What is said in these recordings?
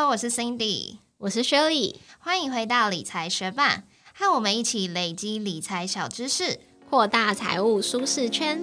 我是 Cindy， 我是 Shirley， 欢迎回到理财学霸，和我们一起累积理财小知识， 扩大财务舒适圈。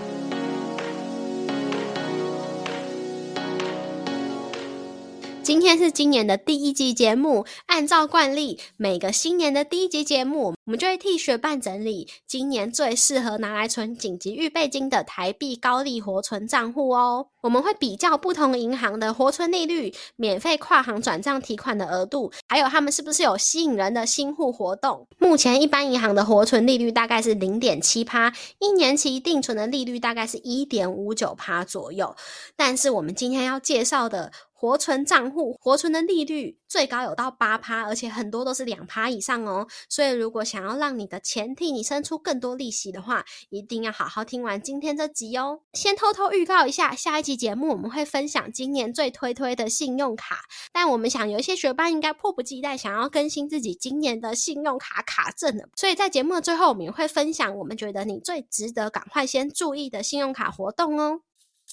今天是今年的第一集节目，按照惯例，每个新年的第一集节目，我们就会替学伴整理今年最适合拿来存紧急预备金的台币高利活存账户哦。我们会比较不同银行的活存利率、免费跨行转账提款的额度，还有他们是不是有吸引人的新户活动。目前一般银行的活存利率大概是 0.7%， 一年期定存的利率大概是 1.59% 左右。但是我们今天要介绍的活存账户，活存的利率最高有到 8%， 而且很多都是 2% 以上哦。所以如果想要让你的钱替你生出更多利息的话，一定要好好听完今天这集哦。先偷偷预告一下，下一集节目我们会分享今年最推的信用卡，但我们想有一些学伴应该迫不及待想要更新自己今年的信用卡卡证了，所以在节目的最后我们也会分享我们觉得你最值得赶快先注意的信用卡活动哦。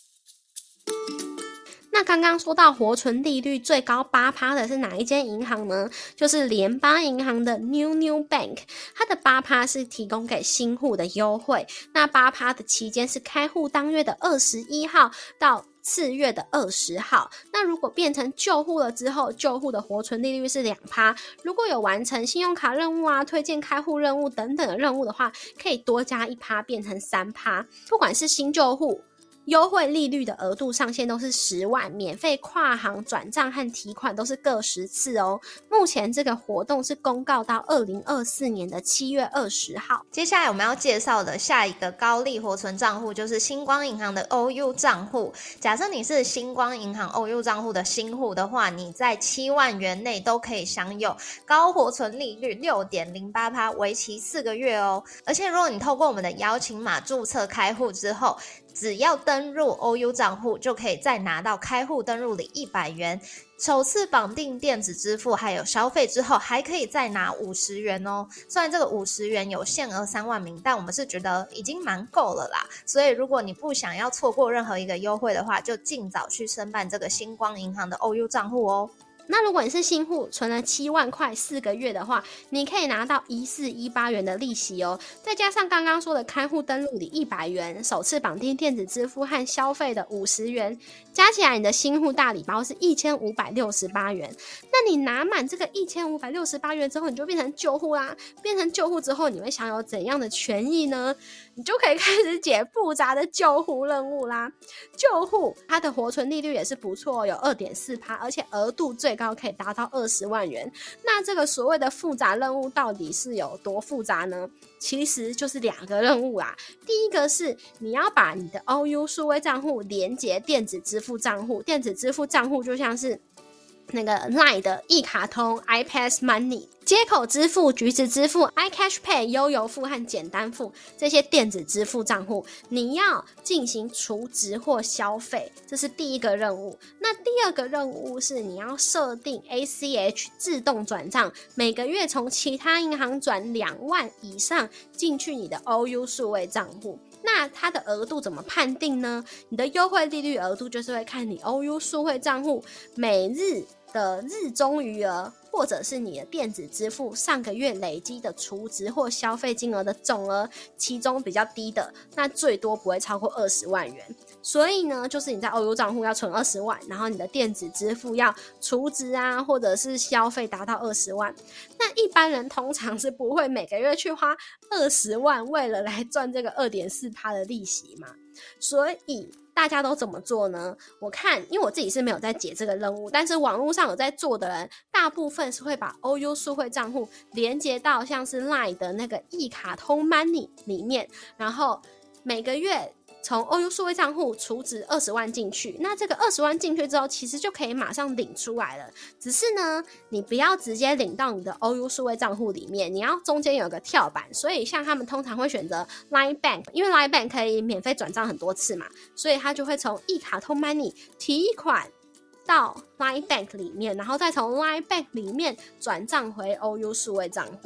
那刚刚说到活存利率最高 8% 的是哪一间银行呢？就是联邦银行的 New Bank， 它的 8% 是提供给新户的优惠，那 8% 的期间是开户当月的21号到次月的20号。那如果变成旧户了之后，旧户的活存利率是 2%， 如果有完成信用卡任务啊、推荐开户任务等等的任务的话，可以多加 1% 变成 3%。 不管是新旧户，优惠利率的额度上限都是10万，免费跨行转账和提款都是各10次哦。目前这个活动是公告到2024年的7月20号。 接下来我们要介绍的下一个高利活存账户就是星光银行的 OU 账户。假设你是星光银行 OU 账户的新户的话，你在7万元内都可以享有高活存利率 6.08%， 为期4个月哦。而且如果你透过我们的邀请码注册开户之后，只要登入 OU 账户就可以再拿到开户登入礼100元，首次绑定电子支付还有消费之后还可以再拿50元哦。虽然这个50元有限额3万名，但我们是觉得已经蛮够了啦，所以如果你不想要错过任何一个优惠的话，就尽早去申办这个星光银行的 OU 账户哦。 那如果你是新户存了7万块4个月的话，你可以拿到1418元的利息哦，再加上刚刚说的开户登录礼100元，首次绑定电子支付和消费的50元，加起来你的新户大礼包是1568元。那你拿满这个1568元之后，你就变成旧户啦。变成旧户之后，你会享有怎样的权益呢？你就可以开始解复杂的旧户任务啦。旧户它的活存利率也是不错，有 2.4%， 而且额度最高可以达到20万元。那这个所谓的复杂任务到底是有多复杂呢？其实就是2个任务啦。第一个是你要把你的 OU 数位账户连结电子支付账户，电子支付账户就像是那个 LINE 的一卡通、iPass Money、街口支付、橘子支付、iCash Pay、悠游付和简单付这些电子支付账户，你要进行储值或消费，这是第一个任务。那第二个任务是你要设定 ACH 自动转账，每个月从其他银行转2万以上进去你的 OU 数位账户。那它的额度怎么判定呢？你的优惠利率额度就是会看你 OU 数位账户每日的日中余额，或者是你的电子支付上个月累积的储值或消费金额的总额，其中比较低的，那最多不会超过20万元。所以呢，就是你在 OU 账户要存20万，然后你的电子支付要储值啊，或者是消费达到20万。那一般人通常是不会每个月去花20万为了来赚这个 2.4% 的利息嘛。所以大家都怎么做呢？我看，因为我自己是没有在解这个任务，但是网络上有在做的人，大部分是会把 OU 数位账户连接到像是 LINE 的那个一卡通 Money 里面，然后每个月从 OU 数位账户储值20万进去，那这个20万进去之后其实就可以马上领出来了。只是呢，你不要直接领到你的 OU 数位账户里面，你要中间有个跳板。所以像他们通常会选择 LINE Bank， 因为 LINE Bank 可以免费转账很多次嘛，所以他就会从一卡通 Money 提款到 LINE Bank 里面，然后再从 LINE Bank 里面转账回 OU 数位账户。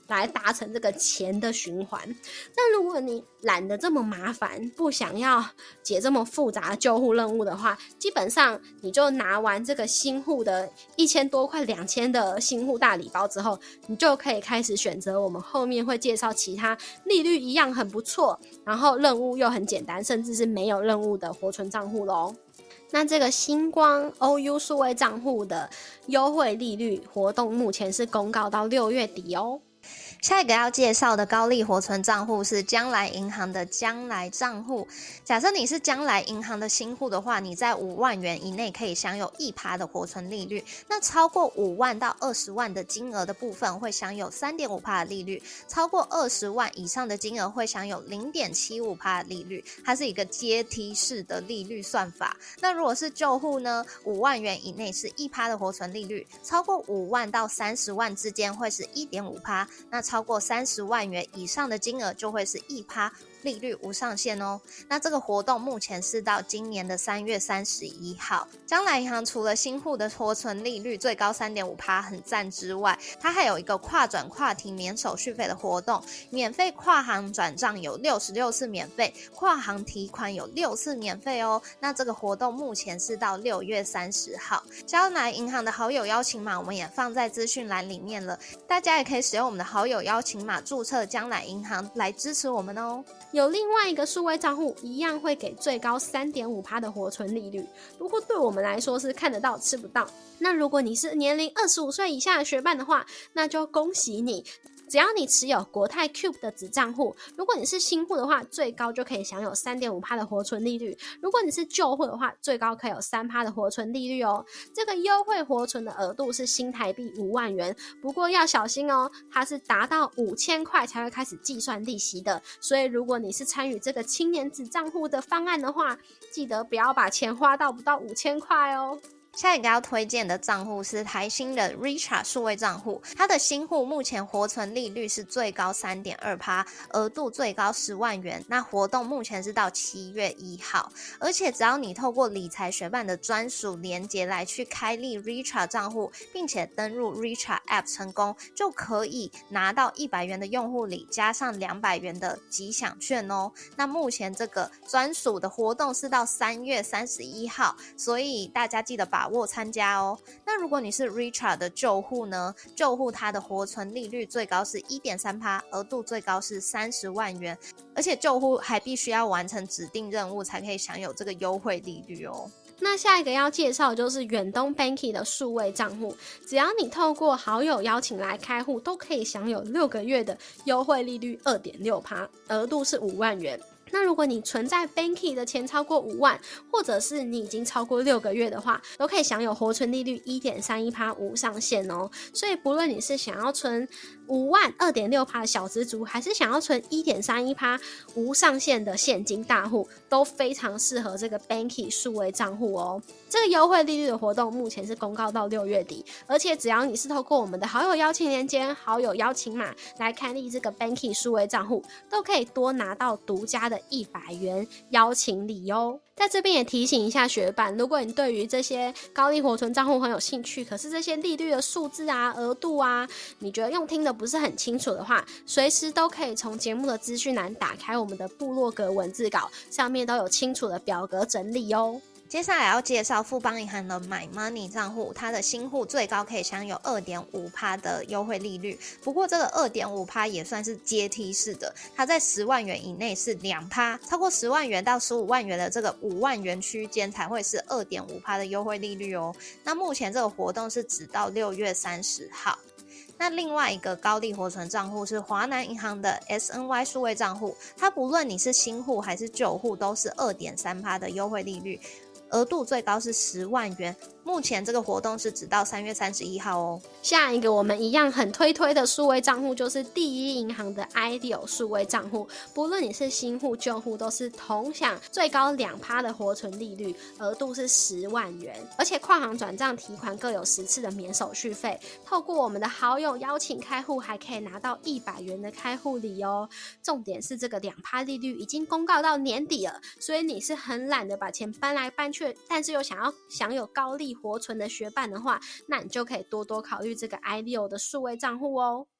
来达成这个钱的循环。那如果你懒得这么麻烦，不想要解这么复杂的救护任务的话，基本上你就拿完这个新户的1000多快2000的新户大礼包之后，你就可以开始选择我们后面会介绍其他利率一样很不错，然后任务又很简单，甚至是没有任务的活存账户咯。那这个星光 OU 数位账户的优惠利率活动目前是公告到6月底哦。 下一个要介绍的高利活存账户是将来银行的将来账户。假设你是将来银行的新户的话，你在5万元以内可以享有1%的活存利率，那超过5万到20万的金额的部分会享有 3.5% 的利率，超过20万以上的金额会享有 0.75% 的利率，它是一个阶梯式的利率算法。那如果是旧户呢，5万元以内是 1% 的活存利率，超过5万到30万之间会是 1.5%， 那超过30万元以上的金额就会是 1%， 利率无上限哦。那这个活动目前是到今年的3月31号。将来银行除了新户的活存利率最高 3.5% 很赞之外，它还有一个跨转跨提免手续费的活动，免费跨行转账有66次免费，跨行提款有6次免费哦。那这个活动目前是到6月30号。将来银行的好友邀请码我们也放在资讯栏里面了，大家也可以使用我们的好友邀请码注册将来银行来支持我们哦。 有另外一个数位账户一样会给最高 3.5% 的活存利率，不过对我们来说是看得到吃不到。那如果你是年龄25岁以下的学伴的话，那就恭喜你，只要你持有国泰 Cube 的子账户，如果你是新户的话，最高就可以享有 3.5% 的活存利率，如果你是旧户的话，最高可以有 3% 的活存利率哦。这个优惠活存的额度是新台币5万元，不过要小心哦，它是达到5000块才会开始计算利息的，所以如果你是参与这个青年子账户的方案的话，记得不要把钱花到不到5000块哦。 下一个要推荐的账户是台新的 Richa 数位账户，它的新户目前活存利率是最高 3.2%， 额度最高10万元，那活动目前是到7月1号，而且只要你透过理财学伴的专属连结来去开立 Richa 账户，并且登入 Richa App 成功，就可以拿到100元的用户礼加上200元的吉祥券哦。那目前这个专属的活动是到3月31号，所以大家记得把握参加哦。那如果你是 Richa 的旧户呢，旧户它的活存利率最高是 1.3%， 额度最高是30万元，而且旧户还必须要完成指定任务才可以享有这个优惠利率哦。 那下一个要介绍就是远东 Banky 的数位账户，只要你透过好友邀请来开户，都可以享有6个月的优惠利率 2.6%， 额度是5万元。那如果你存在 Banky 的钱超过5万，或者是你已经超过6个月的话，都可以享有活存利率 1.31% 无上限哦。所以不论你是想要存5万 2.6% 的小资族，还是想要存 1.31% 无上限的现金大户，都非常适合这个 Banky 数位账户哦。这个优惠利率的活动目前是公告到6月底，而且只要你是透过我们的好友邀请连结、好友邀请码来开立这个 Banky 数位账户，都可以多拿到独家的100元邀请礼哦。在这边也提醒一下学伴，如果你对于这些高利活存账户很有兴趣，可是这些利率的数字啊、额度啊，你觉得用听的不是很清楚的话，随时都可以从节目的资讯栏打开我们的部落格文字稿，上面都有清楚的表格整理哦。 接下来要介绍富邦银行的 My Money 账户，它的新户最高可以享有 2.5% 的优惠利率，不过这个 2.5% 也算是阶梯式的，它在10万元以内是 2%， 超过10万元到15万元的这个5万元区间才会是 2.5% 的优惠利率哦。那目前这个活动是直到6月30号。那另外一个高利活存账户是华南银行的 SNY 数位账户，它不论你是新户还是旧户都是 2.3% 的优惠利率，额度最高是10万元，目前这个活动是直到3月31号哦。 下一个我们一样很推的数位账户就是第一银行的 IDEO 数位账户，不论你是新户旧户都是同享最高 2% 的活存利率，额度是10万元，而且跨行转账提款各有10次的免手续费，透过我们的好友邀请开户还可以拿到100元的开户礼哦。重点是这个 2% 利率已经公告到年底了，所以你是很懒得把钱搬来搬去，但是又想要享有高利活存的学伴的话，那你就可以多多考虑这个 IDEO 的数位账户哦。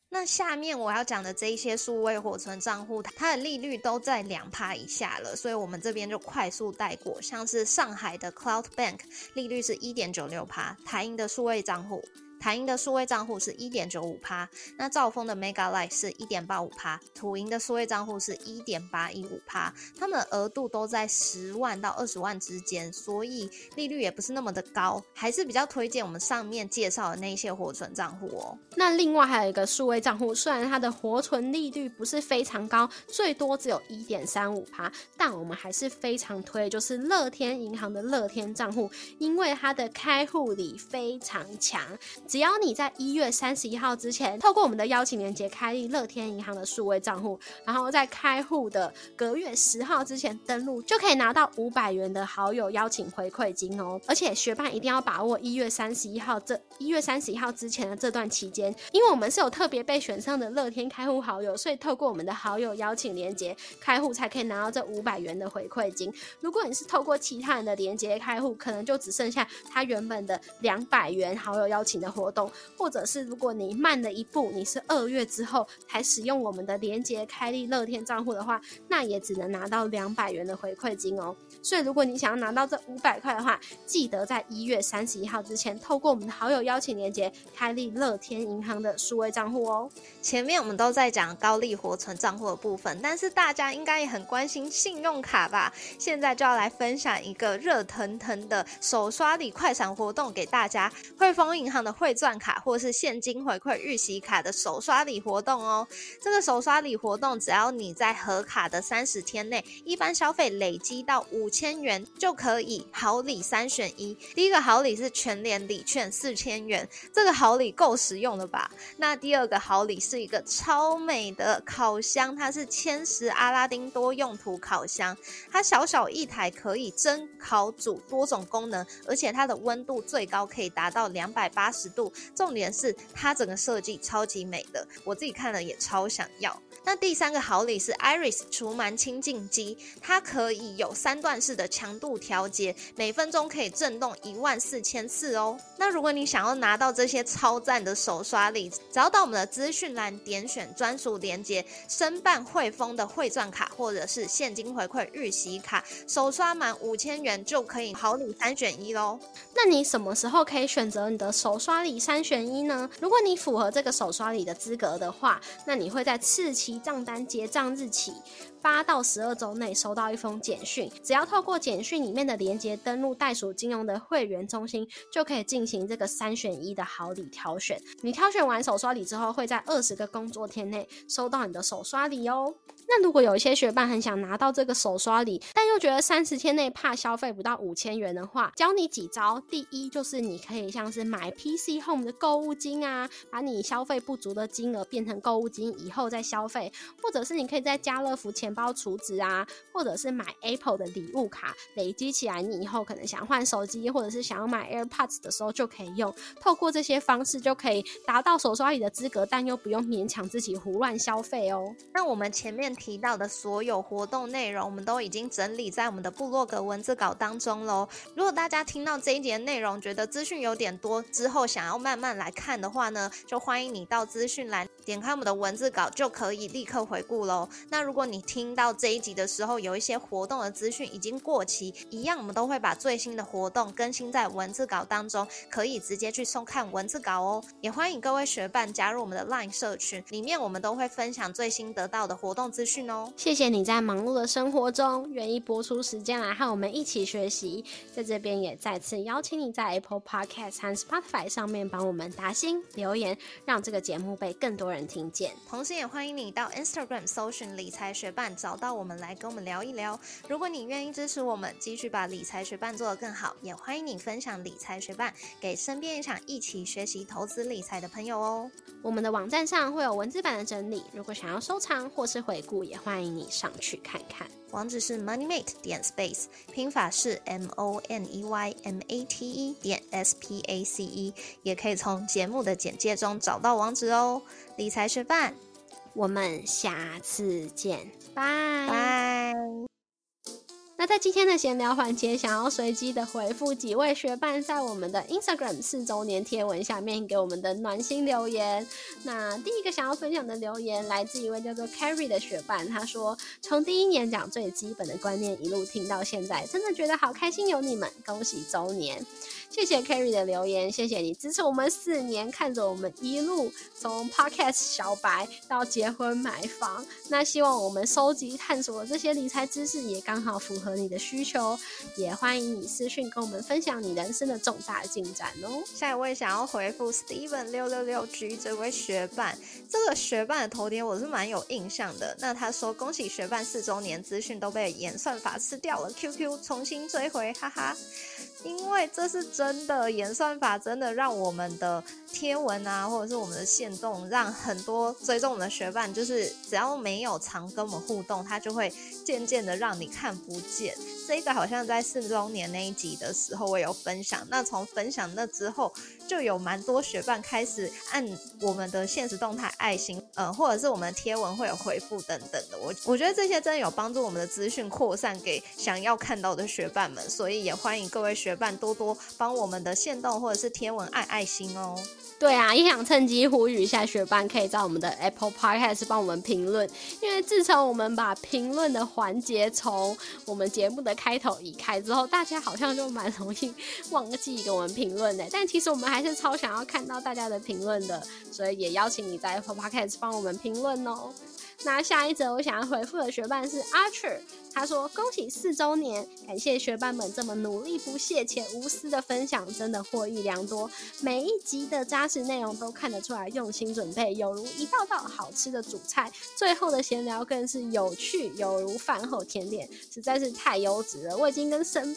那下面我要讲的这一些数位活存账户，它的利率都在2%以下了，所以我们这边就快速带过。像是上海的 Cloud Bank 利率是 1.96%， 台银的数位账户是 1.95%， 那兆丰的 Mega Life 是 1.85%， 土银的数位账户是 1.815%， 他们的额度都在10万到20万之间，所以利率也不是那么的高，还是比较推荐我们上面介绍的那些活存账户哦。 那另外还有一个数位账户，虽然它的活存利率不是非常高，最多只有 1.35%， 但我们还是非常推，就是乐天银行的乐天账户，因为它的开户礼非常强，只要你在1月31号之前透过我们的邀请链接开立乐天银行的数位账户，然后在开户的隔月10号之前登录，就可以拿到500元的好友邀请回馈金哦。而且学伴一定要把握1月31号之前的这段期间，因为我们是有特别被选上的乐天开户好友，所以透过我们的好友邀请连结开户才可以拿到这500元的回馈金。如果你是透过其他人的连结开户，可能就只剩下他原本的200元好友邀请的活动，或者是如果你慢了一步，你是2月之后才使用我们的连结开立乐天账户的话，那也只能拿到200元的回馈金哦。所以如果你想要拿到这500块的话，记得在1月31号之前透过我们的好友邀请连结开立乐天银行的数位账户哦。 前面我们都在讲高利活存账户的部分，但是大家应该也很关心信用卡吧？现在就要来分享一个热腾腾的手刷礼快闪活动给大家，汇丰银行的汇钻卡或是现金回馈预习卡的手刷礼活动哦。这个手刷礼活动，只要你在核卡的30天内一般消费累积到5000元，就可以好礼3选1。第一个好礼是全联礼券4000元，这个好礼够实用了吧？那第二个好礼是一个超美的烤箱，它是千石阿拉丁多用途烤箱，它小小一台可以蒸、烤、煮多种功能，而且它的温度最高可以达到280度，重点是它整个设计超级美的，我自己看了也超想要。那第三个好礼是 Iris 除螨清净机，它可以有3段式的强度调节，每分钟可以震动14000次哦。那如果你想要拿到这些超赞的手刷礼，只要到我们的资讯栏点选专属连结，申办汇丰的汇钻卡或者是现金回馈预习卡，手刷满5000元就可以好礼3选1咯。 那你什么时候可以选择你的手刷礼3选1呢？如果你符合这个手刷礼的资格的话，那你会在次期账单结账日起8到12周内收到一封简讯，只要透过简讯里面的连结登录袋鼠金融的会员中心，就可以进行这个3选1的好礼挑选。你挑选完手刷礼之后，会在20个工作天内收到你的手刷礼哦。那如果有一些学伴很想拿到这个手刷礼，但又觉得30天内怕消费不到5000元的话，教你几招。第一就是你可以像是买 PC Home 的购物金啊，把你消费不足的金额变成购物金以后再消费，或者是你可以在家乐福钱包储值啊，或者是买 Apple 的礼物卡，累积起来你以后可能想换手机或者是想要买 AirPods 的时候就可以用，透过这些方式就可以达到手刷礼的资格，但又不用勉强自己胡乱消费哦。 那我们前面提到的所有活动内容，我们都已经整理在我们的部落格文字稿当中咯。如果大家听到这一节内容觉得资讯有点多，之后想要慢慢来看的话呢，就欢迎你到资讯栏点开我们的文字稿，就可以立刻回顾咯。那如果你听到这一集的时候有一些活动的资讯已经过期，一样我们都会把最新的活动更新在文字稿当中，可以直接去收看文字稿哦。也欢迎各位学伴加入我们的 LINE 社群，里面我们都会分享最新得到的活动资讯哦。 谢谢你在忙碌的生活中愿意拨出时间来和我们一起学习，在这边也再次邀请你在 Apple Podcast 和 Spotify 上面帮我们打星留言，让这个节目被更多人听见。 同时也欢迎你到 Instagram 搜寻理财学伴，找到我们来跟我们聊一聊。如果你愿意支持我们继续把理财学伴做得更好，也欢迎你分享理财学伴给身边一起学习投资理财的朋友哦。 我们的网站上会有文字版的整理，如果想要收藏或是回顾，也欢迎你上去看看。 网址是 moneymate.space， 拼法是 moneymate.space， 也可以从节目的简介中找到网址哦。理财学伴， 我们下次见，拜拜。 那在今天的闲聊环节，想要随机的回复几位学伴在我们的 Instagram 4周年贴文下面给我们的暖心留言。那第一个想要分享的留言来自一位叫做 Carrie 的学伴，他说从第一年讲最基本的观念一路听到现在，真的觉得好开心有你们，恭喜周年。谢谢 Carrie 的留言，谢谢你支持我们4年，看着我们一路从 Podcast 小白到结婚买房。那希望我们收集探索这些理财知识也刚好符合你的需求，也欢迎你私讯跟我们分享你人生的重大进展哦。 下一位想要回复 Steven666G 这位学伴，这个学伴的头贴我是蛮有印象的。那他说恭喜学伴4周年，资讯都被演算法吃掉了 ，QQ 重新追回，哈哈。因为这是真的，演算法真的让我们的贴文啊，或者是我们的限动，让很多追踪我们的学伴，就是只要没有常跟我们互动，它就会渐渐的让你看不见。这个好像在4周年那一集的时候我有分享，那从分享那之后，就有蛮多学伴开始按我们的限时动态爱心，或者是我们的贴文会有回复等等的。我觉得这些真的有帮助我们的资讯扩散给想要看到的学伴们，所以也欢迎各位学伴多多帮我们的限动或者是贴文按爱心哦。 对啊，也想趁机呼吁一下学伴可以在我们的 Apple Podcast 帮我们评论，因为自从我们把评论的环节从我们节目的开头移开之后，大家好像就蛮容易忘记给我们评论的，但其实我们还是超想要看到大家的评论的，所以也邀请你在 Apple Podcast 帮我们评论哦。那下一则我想要回复的学伴是 Archer， 他说恭喜4周年，感谢学伴们这么努力不懈且无私的分享，真的获益良多，每一集的扎实内容都看得出来用心准备，有如一道道好吃的主菜，最后的闲聊更是有趣，有如饭后甜点，实在是太优质了。我已经跟身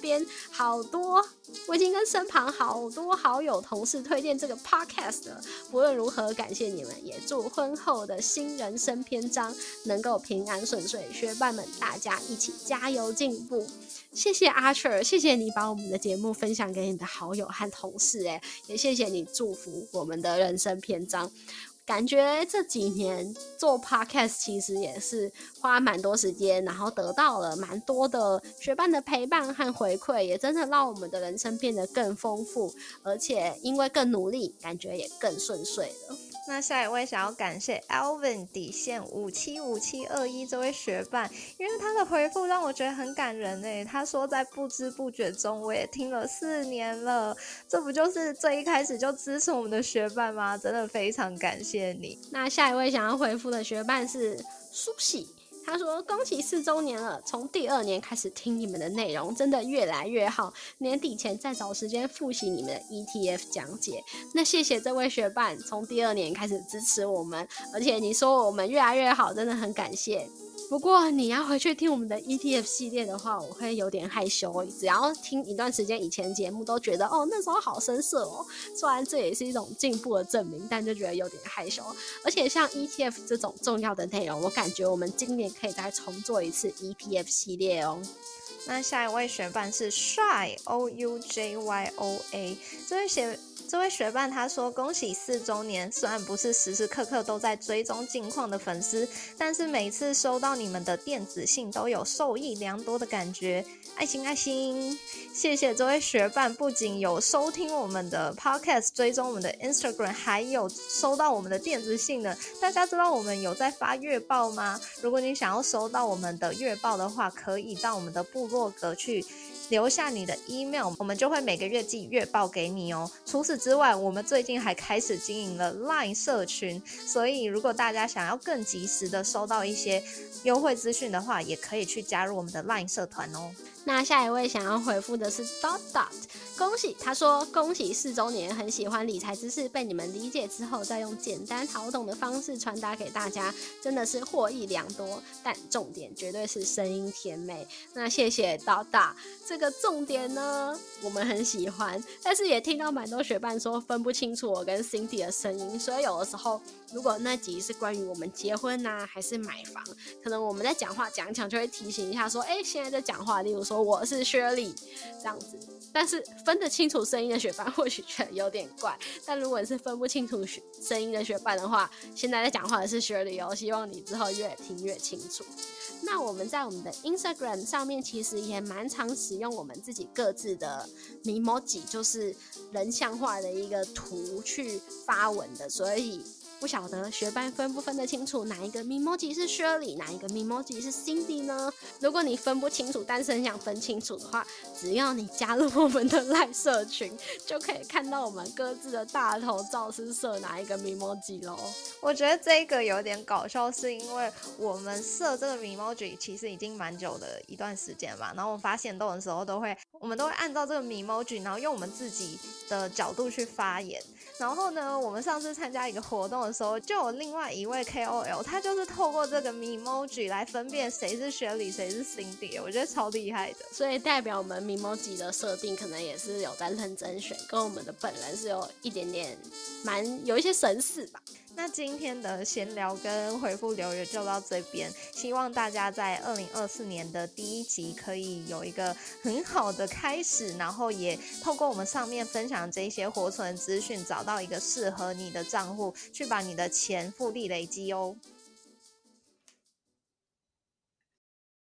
旁好多好友同事推荐这个 podcast 了，不论如何感谢你们，也祝婚后的新人生篇章能够平安顺遂，学伴们大家一起加油进步。谢谢 Archer， 谢谢你把我们的节目分享给你的好友和同事，也谢谢你祝福我们的人生篇章。感觉这几年做 podcast 其实也是花蛮多时间，然后得到了蛮多的学伴的陪伴和回馈，也真的让我们的人生变得更丰富，而且因为更努力，感觉也更顺遂了。 那下一位想要感谢 Alvin 底线575721这位学伴，因为他的回复让我觉得很感人耶。他说在不知不觉中我也听了4年了，这不就是最一开始就支持我们的学伴吗？真的非常感谢你。 那下一位想要回复的学伴是苏喜，他说恭喜4周年了，从第2年开始听你们的内容真的越来越好，年底前再找时间复习你们的 ETF 讲解。那谢谢这位学伴从第2年开始支持我们，而且你说我们越来越好，真的很感谢。不过你要回去听我们的 ETF 系列的话，我会有点害羞，只要听一段时间以前节目都觉得那时候好生涩哦，虽然这也是一种进步的证明，但就觉得有点害羞。而且像 ETF 这种重要的内容，我感觉我们今年可以再重做一次 ETF 系列哦。 那下一位学伴是帅 OUJYOA， 这位学伴他说恭喜4周年，虽然不是时时刻刻都在追踪近况的粉丝，但是每次收到你们的电子信都有受益良多的感觉，爱心爱心。谢谢这位学伴，不仅有收听我们的 podcast， 追踪我们的 Instagram， 还有收到我们的电子信呢。大家知道我们有在发月报吗？如果你想要收到我们的月报的话，可以到我们的部落格去留下你的 email， 我们就会每个月寄月报给你哦。除此之外，我们最近还开始经营了 LINE 社群，所以如果大家想要更及时的收到一些优惠资讯的话，也可以去加入我们的 LINE 社团哦。 那下一位想要回复的是 Dot Dot， 恭喜，他说恭喜4周年，很喜欢理财知识，被你们理解之后再用简单好懂的方式传达给大家，真的是获益良多，但重点绝对是声音甜美。那谢谢 Dot Dot， 这个重点呢我们很喜欢，但是也听到蛮多学伴说分不清楚我跟 Cindy 的声音，所以有的时候如果那集是关于我们结婚啊还是买房，可能我们在讲话讲一讲就会提醒一下说现在在讲话，例如说我是 Shirley 这样子，但是分得清楚声音的学伴或许觉得有点怪，但如果你是分不清楚声音的学伴的话，现在在讲话的是 Shirley 哦，希望你之后越听越清楚。 那我们在我们的 Instagram 上面其实也蛮常使用我们自己各自的 Memoji， 就是人像化的一个图去发文的，所以不晓得学伴分不分得清楚哪一个 Memoji 是 Shirley， 哪一个 Memoji 是 Cindy 呢？如果你分不清楚，但是很想分清楚的话，只要你加入我们的LINE 社群，就可以看到我们各自的大头照是设哪一个 Memoji 咯。 我觉得这个有点搞笑，是因为我们设这个 Memoji 其实已经蛮久的一段时间嘛，然后我发现动的时候我们都会按照这个 Memoji， 然后用我们自己的角度去发言。然后呢，我们上次参加一个活动的时候，就有另外一位 KOL， 他就是透过这个 Memoji 来分辨谁是Shirley谁是 Cindy， 我觉得超厉害的。 所以代表我们 Memoji 的设定可能也是有在认真选，跟我们的本人是有一点点有一些神似吧。 那今天的闲聊跟回复留言就到这边，希望大家在2024年的第一集可以有一个很好的开始，然后也透过我们上面分享这些活存资讯，找到一个适合你的账户，去把你的钱复利累积哦。